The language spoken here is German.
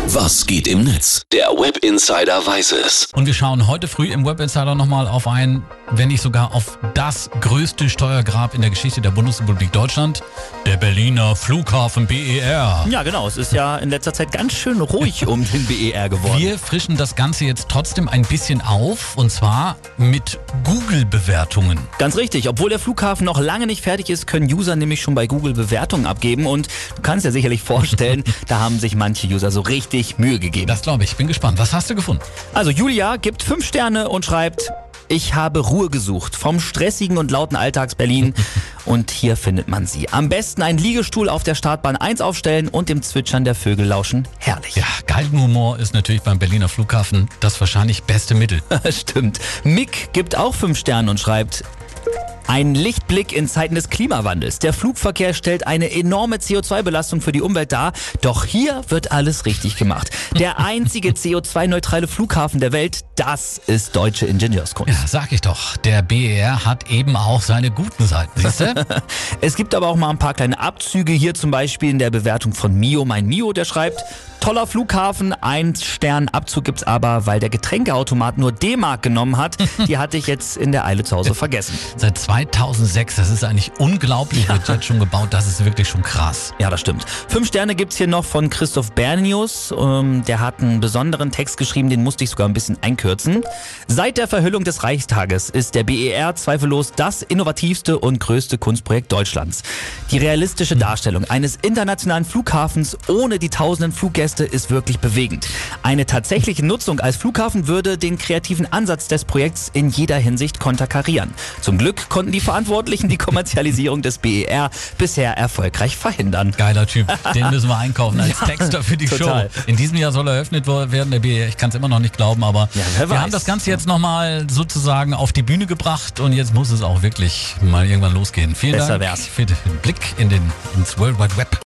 Was geht im Netz? Der Web Insider weiß es. Und wir schauen heute früh im Web Insider nochmal auf wenn nicht sogar auf das größte Steuergrab in der Geschichte der Bundesrepublik Deutschland, der Berliner Flughafen BER. Ja, genau. Es ist ja in letzter Zeit ganz schön ruhig um den BER geworden. Wir frischen das Ganze jetzt trotzdem ein bisschen auf, und zwar mit Google-Bewertungen. Ganz richtig. Obwohl der Flughafen noch lange nicht fertig ist, können User nämlich schon bei Google Bewertungen abgeben. Und du kannst dir sicherlich vorstellen, da haben sich manche User so richtig Mühe gegeben. Das glaube ich. Ich bin gespannt. Was hast du gefunden? Also Julia gibt 5 Sterne und schreibt: Ich habe Ruhe gesucht vom stressigen und lauten Alltags-Berlin und hier findet man sie. Am besten einen Liegestuhl auf der Startbahn 1 aufstellen und dem Zwitschern der Vögel lauschen. Herrlich. Ja, Galgenhumor ist natürlich beim Berliner Flughafen das wahrscheinlich beste Mittel. Stimmt. Mick gibt auch 5 Sterne und schreibt: Ein Lichtblick in Zeiten des Klimawandels. Der Flugverkehr stellt eine enorme CO2-Belastung für die Umwelt dar. Doch hier wird alles richtig gemacht. Der einzige CO2-neutrale Flughafen der Welt, das ist deutsche Ingenieurskunst. Ja, sag ich doch. Der BER hat eben auch seine guten Seiten, siehst du? Es gibt aber auch mal ein paar kleine Abzüge. Hier zum Beispiel in der Bewertung von Mio, mein Mio, der schreibt: Toller Flughafen, 1 Stern Abzug gibt's aber, weil der Getränkeautomat nur D-Mark genommen hat. Die hatte ich jetzt in der Eile zu Hause vergessen. Seit 2006, das ist eigentlich unglaublich, wird jetzt schon gebaut, das ist wirklich schon krass. Ja, das stimmt. 5 Sterne gibt's hier noch von Christoph Bernius. Der hat einen besonderen Text geschrieben, den musste ich sogar ein bisschen einkürzen. Seit der Verhüllung des Reichstages ist der BER zweifellos das innovativste und größte Kunstprojekt Deutschlands. Die realistische Darstellung eines internationalen Flughafens ohne die tausenden Fluggäste ist wirklich bewegend. Eine tatsächliche Nutzung als Flughafen würde den kreativen Ansatz des Projekts in jeder Hinsicht konterkarieren. Zum Glück konnten die Verantwortlichen die Kommerzialisierung des BER bisher erfolgreich verhindern. Geiler Typ, den müssen wir einkaufen als Texter für die total. Show. In diesem Jahr soll eröffnet werden, der BER. Ich kann es immer noch nicht glauben, aber wer wir weiß. haben das Ganze jetzt nochmal sozusagen auf die Bühne gebracht und jetzt muss es auch wirklich mal irgendwann losgehen. Vielen Besser Dank wär's. für den Blick ins World Wide Web.